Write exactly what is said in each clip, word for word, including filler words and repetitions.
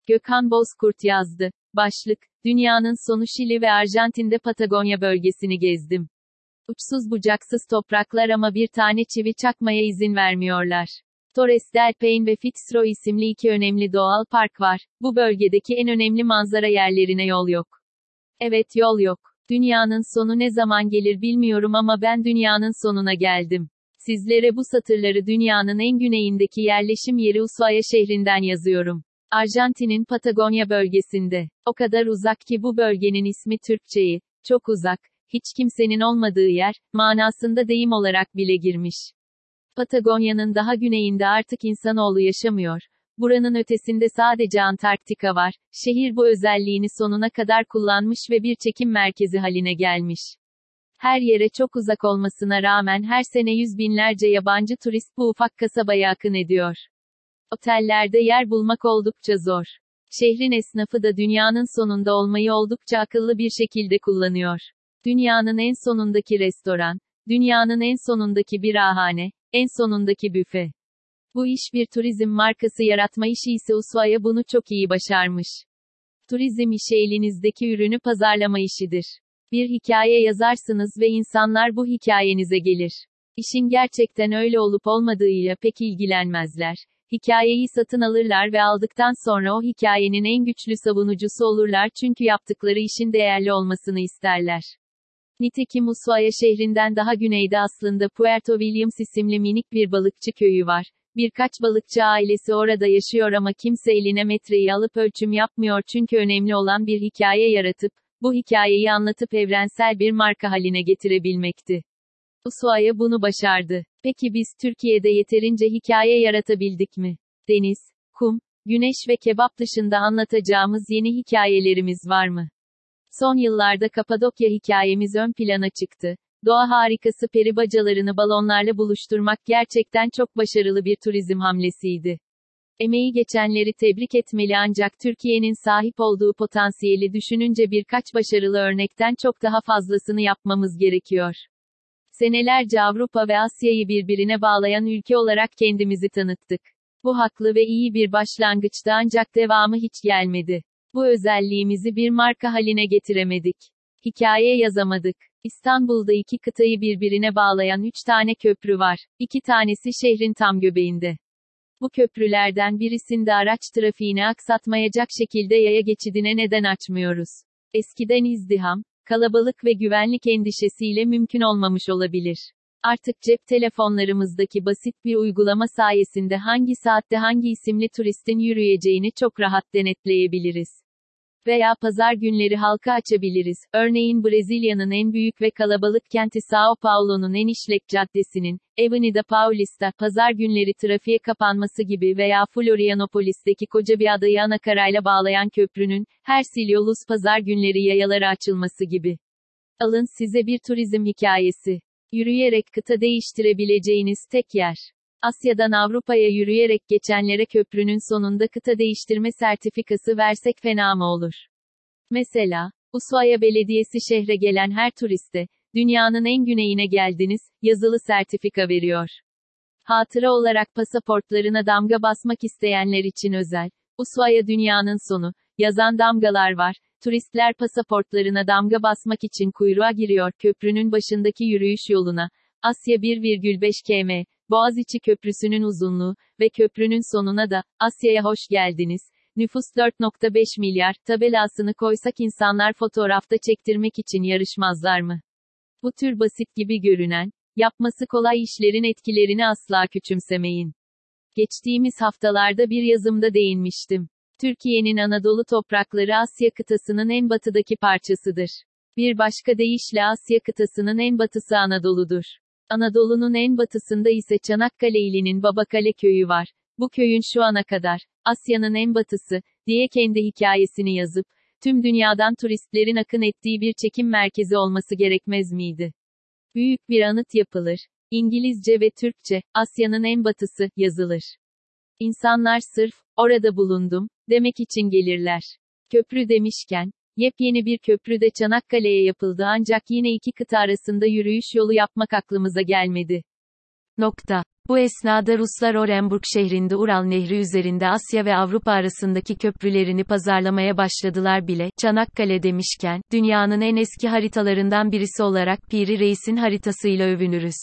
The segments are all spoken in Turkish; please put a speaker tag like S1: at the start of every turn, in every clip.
S1: Gökhan Bozkurt yazdı. Başlık: Dünyanın sonu Şili ve Arjantin'de Patagonya bölgesini gezdim. Uçsuz bucaksız topraklar ama bir tane çivi çakmaya izin vermiyorlar. Torres del Paine ve Fitzroy isimli iki önemli doğal park var. Bu bölgedeki en önemli manzara yerlerine yol yok. Evet, yol yok. Dünyanın sonu ne zaman gelir bilmiyorum ama ben dünyanın sonuna geldim. Sizlere bu satırları dünyanın en güneyindeki yerleşim yeri Ushuaia şehrinden yazıyorum. Arjantin'in Patagonya bölgesinde. O kadar uzak ki bu bölgenin ismi Türkçe'yi, çok uzak, hiç kimsenin olmadığı yer, manasında deyim olarak bile girmiş. Patagonya'nın daha güneyinde artık insanoğlu yaşamıyor. Buranın ötesinde sadece Antarktika var. Şehir bu özelliğini sonuna kadar kullanmış ve bir çekim merkezi haline gelmiş. Her yere çok uzak olmasına rağmen her sene yüz binlerce yabancı turist bu ufak kasabaya akın ediyor. Otellerde yer bulmak oldukça zor. Şehrin esnafı da dünyanın sonunda olmayı oldukça akıllı bir şekilde kullanıyor. Dünyanın en sonundaki restoran, dünyanın en sonundaki birahane, en sonundaki büfe. Bu iş bir turizm markası yaratma işi ise Ushuaia bunu çok iyi başarmış. Turizm işi elinizdeki ürünü pazarlama işidir. Bir hikaye yazarsınız ve insanlar bu hikayenize gelir. İşin gerçekten öyle olup olmadığıyla pek ilgilenmezler. Hikayeyi satın alırlar ve aldıktan sonra o hikayenin en güçlü savunucusu olurlar çünkü yaptıkları işin değerli olmasını isterler. Nitekim Ushuaia şehrinden daha güneyde aslında Puerto Williams isimli minik bir balıkçı köyü var. Birkaç balıkçı ailesi orada yaşıyor ama kimse eline metreyi alıp ölçüm yapmıyor çünkü önemli olan bir hikaye yaratıp, bu hikayeyi anlatıp evrensel bir marka haline getirebilmekti. Ushuaia bunu başardı. Peki biz Türkiye'de yeterince hikaye yaratabildik mi? Deniz, kum, güneş ve kebap dışında anlatacağımız yeni hikayelerimiz var mı? Son yıllarda Kapadokya hikayemiz ön plana çıktı. Doğa harikası peri bacalarını balonlarla buluşturmak gerçekten çok başarılı bir turizm hamlesiydi. Emeği geçenleri tebrik etmeli ancak Türkiye'nin sahip olduğu potansiyeli düşününce birkaç başarılı örnekten çok daha fazlasını yapmamız gerekiyor. Senelerce Avrupa ve Asya'yı birbirine bağlayan ülke olarak kendimizi tanıttık. Bu haklı ve iyi bir başlangıçtı ancak devamı hiç gelmedi. Bu özelliğimizi bir marka haline getiremedik. Hikaye yazamadık. İstanbul'da iki kıtayı birbirine bağlayan üç tane köprü var. İki tanesi şehrin tam göbeğinde. Bu köprülerden birisinde araç trafiğini aksatmayacak şekilde yaya geçidine neden açmıyoruz? Eskiden izdiham, kalabalık ve güvenlik endişesiyle mümkün olmamış olabilir. Artık cep telefonlarımızdaki basit bir uygulama sayesinde hangi saatte hangi isimli turistin yürüyeceğini çok rahat denetleyebiliriz. Veya pazar günleri halka açabiliriz. Örneğin Brezilya'nın en büyük ve kalabalık kenti São Paulo'nun en işlek caddesinin, Avenida Paulista, pazar günleri trafiğe kapanması gibi veya Florianopolis'teki koca bir adayı anakarayla bağlayan köprünün, Hercílio-Luz pazar günleri yayalara açılması gibi. Alın size bir turizm hikayesi. Yürüyerek kıta değiştirebileceğiniz tek yer. Asya'dan Avrupa'ya yürüyerek geçenlere köprünün sonunda kıta değiştirme sertifikası versek fena mı olur? Mesela, Ushuaia Belediyesi şehre gelen her turiste, dünyanın en güneyine geldiniz, yazılı sertifika veriyor. Hatıra olarak pasaportlarına damga basmak isteyenler için özel, Ushuaia dünyanın sonu, yazan damgalar var. Turistler pasaportlarına damga basmak için kuyruğa giriyor köprünün başındaki yürüyüş yoluna. Asya bir virgül beş kilometre, Boğaziçi Köprüsü'nün uzunluğu ve köprünün sonuna da, Asya'ya hoş geldiniz. Nüfus dört nokta beş milyar, tabelasını koysak insanlar fotoğrafta çektirmek için yarışmazlar mı? Bu tür basit gibi görünen, yapması kolay işlerin etkilerini asla küçümsemeyin. Geçtiğimiz haftalarda bir yazımda değinmiştim. Türkiye'nin Anadolu toprakları Asya kıtasının en batıdaki parçasıdır. Bir başka deyişle Asya kıtasının en batısı Anadolu'dur. Anadolu'nun en batısında ise Çanakkale ilinin Babakale köyü var. Bu köyün şu ana kadar, Asya'nın en batısı, diye kendi hikayesini yazıp, tüm dünyadan turistlerin akın ettiği bir çekim merkezi olması gerekmez miydi? Büyük bir anıt yapılır. İngilizce ve Türkçe, Asya'nın en batısı, yazılır. İnsanlar sırf, orada bulundum, demek için gelirler. Köprü demişken, yepyeni bir köprü de Çanakkale'ye yapıldı ancak yine iki kıta arasında yürüyüş yolu yapmak aklımıza gelmedi. Nokta. Bu esnada Ruslar Orenburg şehrinde Ural Nehri üzerinde Asya ve Avrupa arasındaki köprülerini pazarlamaya başladılar bile. Çanakkale demişken, dünyanın en eski haritalarından birisi olarak Piri Reis'in haritasıyla övünürüz.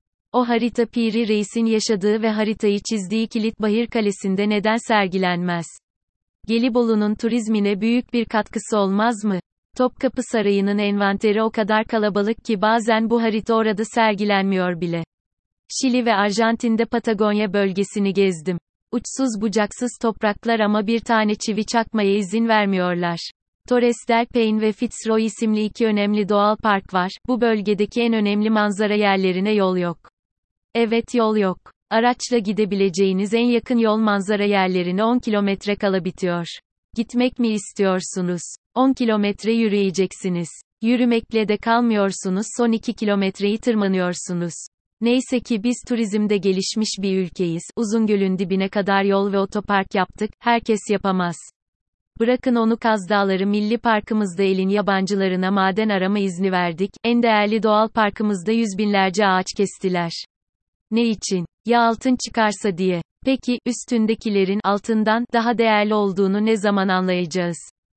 S1: O harita Piri Reis'in yaşadığı ve haritayı çizdiği Kilitbahir Kalesi'nde neden sergilenmez? Gelibolu'nun turizmine büyük bir katkısı olmaz mı? Topkapı Sarayı'nın envanteri o kadar kalabalık ki bazen bu harita orada sergilenmiyor bile. Şili ve Arjantin'de Patagonya bölgesini gezdim. Uçsuz bucaksız topraklar ama bir tane çivi çakmaya izin vermiyorlar. Torres del Paine ve Fitzroy isimli iki önemli doğal park var. Bu bölgedeki en önemli manzara yerlerine yol yok. Evet, yol yok. Araçla gidebileceğiniz en yakın yol manzara yerlerine on kilometre kala bitiyor. Gitmek mi istiyorsunuz? on kilometre yürüyeceksiniz. Yürümekle de kalmıyorsunuz, son iki kilometreyi tırmanıyorsunuz. Neyse ki biz turizmde gelişmiş bir ülkeyiz. Uzungöl'ün dibine kadar yol ve otopark yaptık. Herkes yapamaz. Bırakın onu, Kaz Dağları Milli Parkımızda elin yabancılarına maden arama izni verdik. En değerli doğal parkımızda yüz binlerce ağaç kestiler. Ne için? Ya altın çıkarsa diye. Peki, üstündekilerin altından daha değerli olduğunu ne zaman anlayacağız?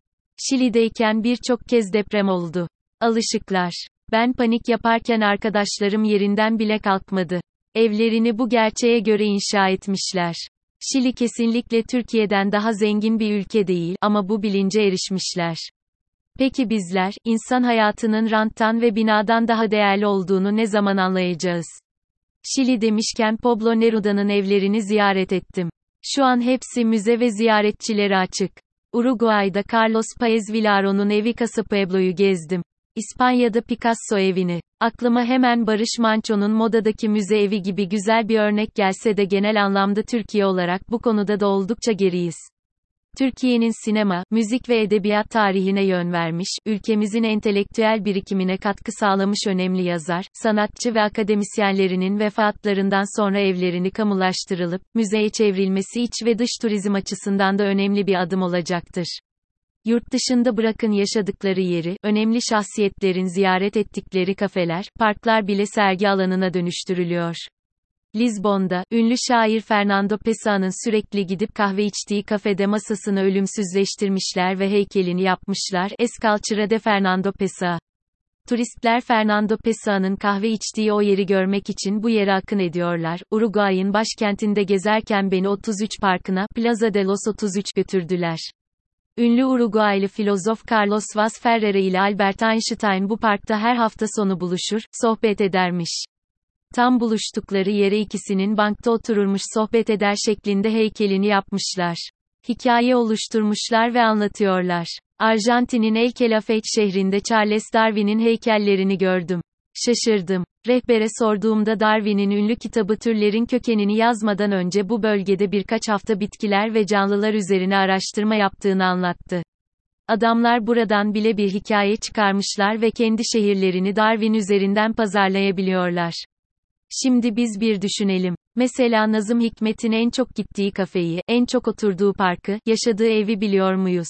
S1: Şili'deyken birçok kez deprem oldu. Alışıklar. Ben panik yaparken arkadaşlarım yerinden bile kalkmadı. Evlerini bu gerçeğe göre inşa etmişler. Şili kesinlikle Türkiye'den daha zengin bir ülke değil ama bu bilince erişmişler. Peki bizler, insan hayatının ranttan ve binadan daha değerli olduğunu ne zaman anlayacağız? Şili demişken Pablo Neruda'nın evlerini ziyaret ettim. Şu an hepsi müze ve ziyaretçilere açık. Uruguay'da Carlos Paez Villaro'nun evi Casa Pueblo'yu gezdim. İspanya'da Picasso evini. Aklıma hemen Barış Manço'nun Moda'daki müze evi gibi güzel bir örnek gelse de genel anlamda Türkiye olarak bu konuda da oldukça geriyiz. Türkiye'nin sinema, müzik ve edebiyat tarihine yön vermiş, ülkemizin entelektüel birikimine katkı sağlamış önemli yazar, sanatçı ve akademisyenlerinin vefatlarından sonra evlerini kamulaştırılıp, müzeye çevrilmesi iç ve dış turizm açısından da önemli bir adım olacaktır. Yurt dışında bırakın yaşadıkları yeri, önemli şahsiyetlerin ziyaret ettikleri kafeler, parklar bile sergi alanına dönüştürülüyor. Lizbon'da, ünlü şair Fernando Pessoa'nın sürekli gidip kahve içtiği kafede masasını ölümsüzleştirmişler ve heykelini yapmışlar. Escalçıra de Fernando Pessoa. Turistler Fernando Pessoa'nın kahve içtiği o yeri görmek için bu yere akın ediyorlar. Uruguay'ın başkentinde gezerken beni otuz üç Parkı'na, Plaza de los otuz üç götürdüler. Ünlü Uruguaylı filozof Carlos Vaz Ferreira ile Albert Einstein bu parkta her hafta sonu buluşur, sohbet edermiş. Tam buluştukları yere ikisinin bankta otururmuş sohbet eder şeklinde heykelini yapmışlar. Hikaye oluşturmuşlar ve anlatıyorlar. Arjantin'in El Calafate şehrinde Charles Darwin'in heykellerini gördüm. Şaşırdım. Rehbere sorduğumda Darwin'in ünlü kitabı Türlerin Kökenini yazmadan önce bu bölgede birkaç hafta bitkiler ve canlılar üzerine araştırma yaptığını anlattı. Adamlar buradan bile bir hikaye çıkarmışlar ve kendi şehirlerini Darwin üzerinden pazarlayabiliyorlar. Şimdi biz bir düşünelim. Mesela Nazım Hikmet'in en çok gittiği kafeyi, en çok oturduğu parkı, yaşadığı evi biliyor muyuz?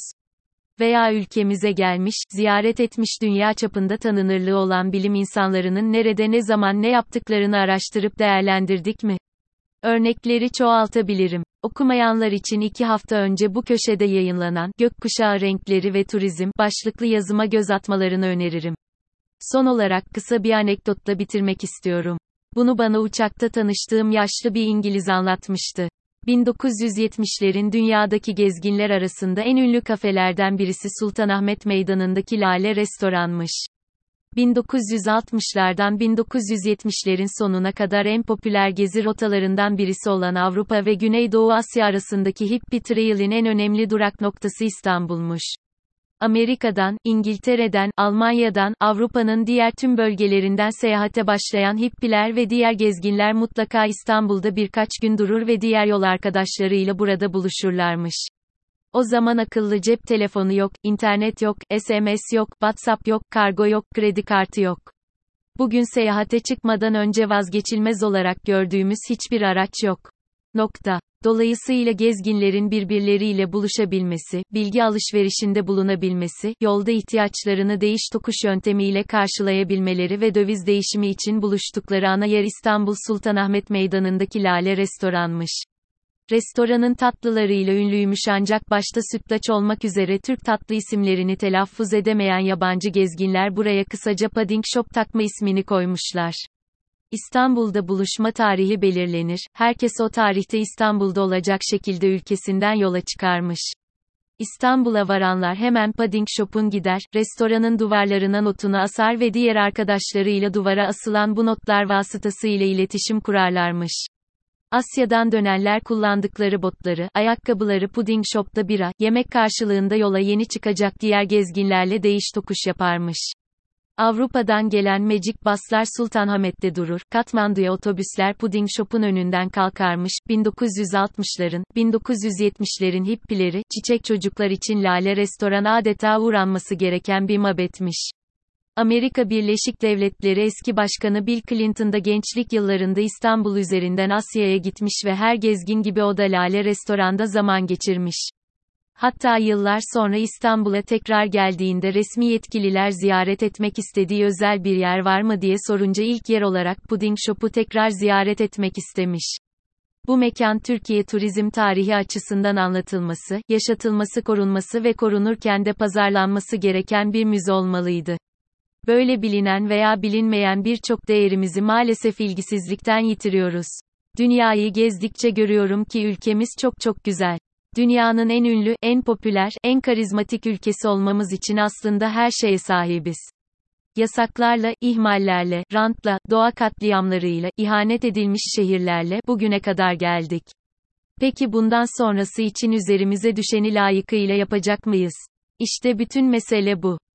S1: Veya ülkemize gelmiş, ziyaret etmiş dünya çapında tanınırlığı olan bilim insanlarının nerede ne zaman ne yaptıklarını araştırıp değerlendirdik mi? Örnekleri çoğaltabilirim. Okumayanlar için iki hafta önce bu köşede yayınlanan "Gökkuşağı Renkleri ve Turizm" başlıklı yazıma göz atmalarını öneririm. Son olarak kısa bir anekdotla bitirmek istiyorum. Bunu bana uçakta tanıştığım yaşlı bir İngiliz anlatmıştı. bin dokuz yüz yetmişlerin dünyadaki gezginler arasında en ünlü kafelerden birisi Sultanahmet Meydanı'ndaki Lale Restoran'mış. bin dokuz yüz altmışlardan bin dokuz yüz yetmişlerin sonuna kadar en popüler gezi rotalarından birisi olan Avrupa ve Güneydoğu Asya arasındaki Hippie Trail'in en önemli durak noktası İstanbul'muş. Amerika'dan, İngiltere'den, Almanya'dan, Avrupa'nın diğer tüm bölgelerinden seyahate başlayan hippiler ve diğer gezginler mutlaka İstanbul'da birkaç gün durur ve diğer yol arkadaşlarıyla burada buluşurlarmış. O zaman akıllı cep telefonu yok, internet yok, S M S yok, WhatsApp yok, kargo yok, kredi kartı yok. Bugün seyahate çıkmadan önce vazgeçilmez olarak gördüğümüz hiçbir araç yok. Nokta. Dolayısıyla gezginlerin birbirleriyle buluşabilmesi, bilgi alışverişinde bulunabilmesi, yolda ihtiyaçlarını değiş tokuş yöntemiyle karşılayabilmeleri ve döviz değişimi için buluştukları ana yer İstanbul Sultanahmet Meydanı'ndaki Lale Restoran'mış. Restoranın tatlılarıyla ünlüymüş ancak başta sütlaç olmak üzere Türk tatlı isimlerini telaffuz edemeyen yabancı gezginler buraya kısaca Pudding Shop takma ismini koymuşlar. İstanbul'da buluşma tarihi belirlenir, herkes o tarihte İstanbul'da olacak şekilde ülkesinden yola çıkarmış. İstanbul'a varanlar hemen Pudding Shop'un gider, restoranın duvarlarına notunu asar ve diğer arkadaşlarıyla duvara asılan bu notlar vasıtasıyla iletişim kurarlarmış. Asya'dan dönenler kullandıkları botları, ayakkabıları Pudding Shop'ta bira, yemek karşılığında yola yeni çıkacak diğer gezginlerle değiş tokuş yaparmış. Avrupa'dan gelen Magic Bus'lar Sultanahmet'te durur, Katmandu'ya otobüsler Pudding Shop'un önünden kalkarmış, bin dokuz yüz altmışların, bin dokuz yüz yetmişlerin hippileri, çiçek çocuklar için Lale Restoran adeta uğranması gereken bir mabetmiş. Amerika Birleşik Devletleri eski başkanı Bill Clinton da gençlik yıllarında İstanbul üzerinden Asya'ya gitmiş ve her gezgin gibi o da Lale Restoran'da zaman geçirmiş. Hatta yıllar sonra İstanbul'a tekrar geldiğinde resmi yetkililer ziyaret etmek istediği özel bir yer var mı diye sorunca ilk yer olarak Pudding Shop'u tekrar ziyaret etmek istemiş. Bu mekan Türkiye turizm tarihi açısından anlatılması, yaşatılması, korunması ve korunurken de pazarlanması gereken bir müze olmalıydı. Böyle bilinen veya bilinmeyen birçok değerimizi maalesef ilgisizlikten yitiriyoruz. Dünyayı gezdikçe görüyorum ki ülkemiz çok çok güzel. Dünyanın en ünlü, en popüler, en karizmatik ülkesi olmamız için aslında her şeye sahibiz. Yasaklarla, ihmallerle, rantla, doğa katliamlarıyla, ihanet edilmiş şehirlerle bugüne kadar geldik. Peki bundan sonrası için üzerimize düşeni layıkıyla yapacak mıyız? İşte bütün mesele bu.